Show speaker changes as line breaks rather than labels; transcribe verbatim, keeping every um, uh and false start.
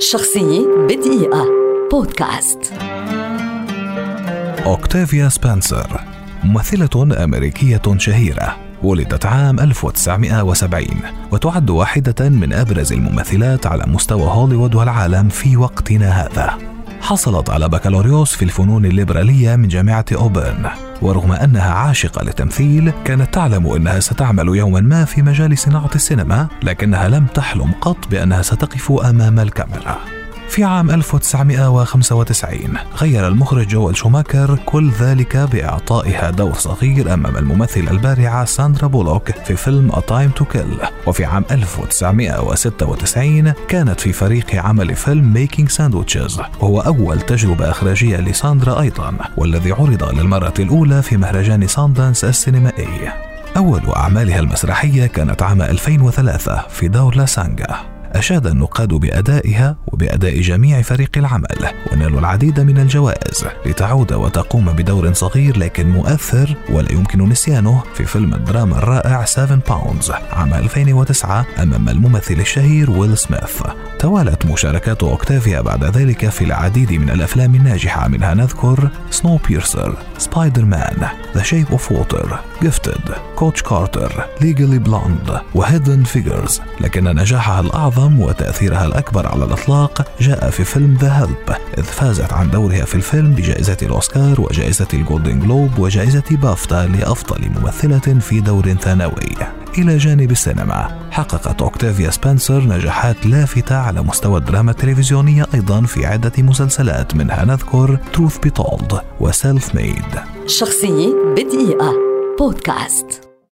شخصية بدقيقة بودكاست.
أوكتافيا سبنسر ممثلة أمريكية شهيرة، ولدت عام ألف وتسعمائة وسبعين وتعد واحدة من أبرز الممثلات على مستوى هوليوود والعالم في وقتنا هذا. حصلت على بكالوريوس في الفنون الليبرالية من جامعة أوبرن، ورغم أنها عاشقة للتمثيل كانت تعلم أنها ستعمل يوما ما في مجال صناعة السينما، لكنها لم تحلم قط بأنها ستقف أمام الكاميرا. في عام ألف وتسعمائة وخمسة وتسعين غير المخرج جويل شوماكر كل ذلك بإعطائها دور صغير أمام الممثلة البارعة ساندرا بولوك في فيلم A Time to Kill. وفي عام ألف وتسعمائة وستة وتسعين كانت في فريق عمل فيلم Making Sandwiches، وهو أول تجربة إخراجية لساندرا أيضا، والذي عرض للمرة الأولى في مهرجان ساندانس السينمائي. أول أعمالها المسرحية كانت عام ألفين وثلاثة في دور لاسانجا. أشاد النقاد بأدائها وبأداء جميع فريق العمل، ونالوا العديد من الجوائز لتعود وتقوم بدور صغير لكن مؤثر ولا يمكن نسيانه في فيلم الدراما الرائع سفن باوندز عام ألفين وتسعة أمام الممثل الشهير ويل سميث. توالت مشاركات أوكتافيا بعد ذلك في العديد من الأفلام الناجحة، منها نذكر سنو بيرسر، سبايدر مان، ذا شيب أوف ووتر، جيفتد، كوتش كارتر، ليجلي بلوند، وهيدن فيجرز. لكن نجاحها الأعظم وتأثيرها الأكبر على الإطلاق جاء في فيلم ذا هيلب، إذ فازت عن دورها في الفيلم بجائزة الأوسكار وجائزة الجولدن جلوب وجائزة بافتا لأفضل ممثلة في دور ثانوي. إلى جانب السينما، حققت أوكتافيا سبنسر نجاحات لافتة على مستوى الدراما التلفزيونية أيضا في عدة مسلسلات، منها نذكر Truth Be Told وسيلف ميد.
شخصية بدقيقة بودكاست.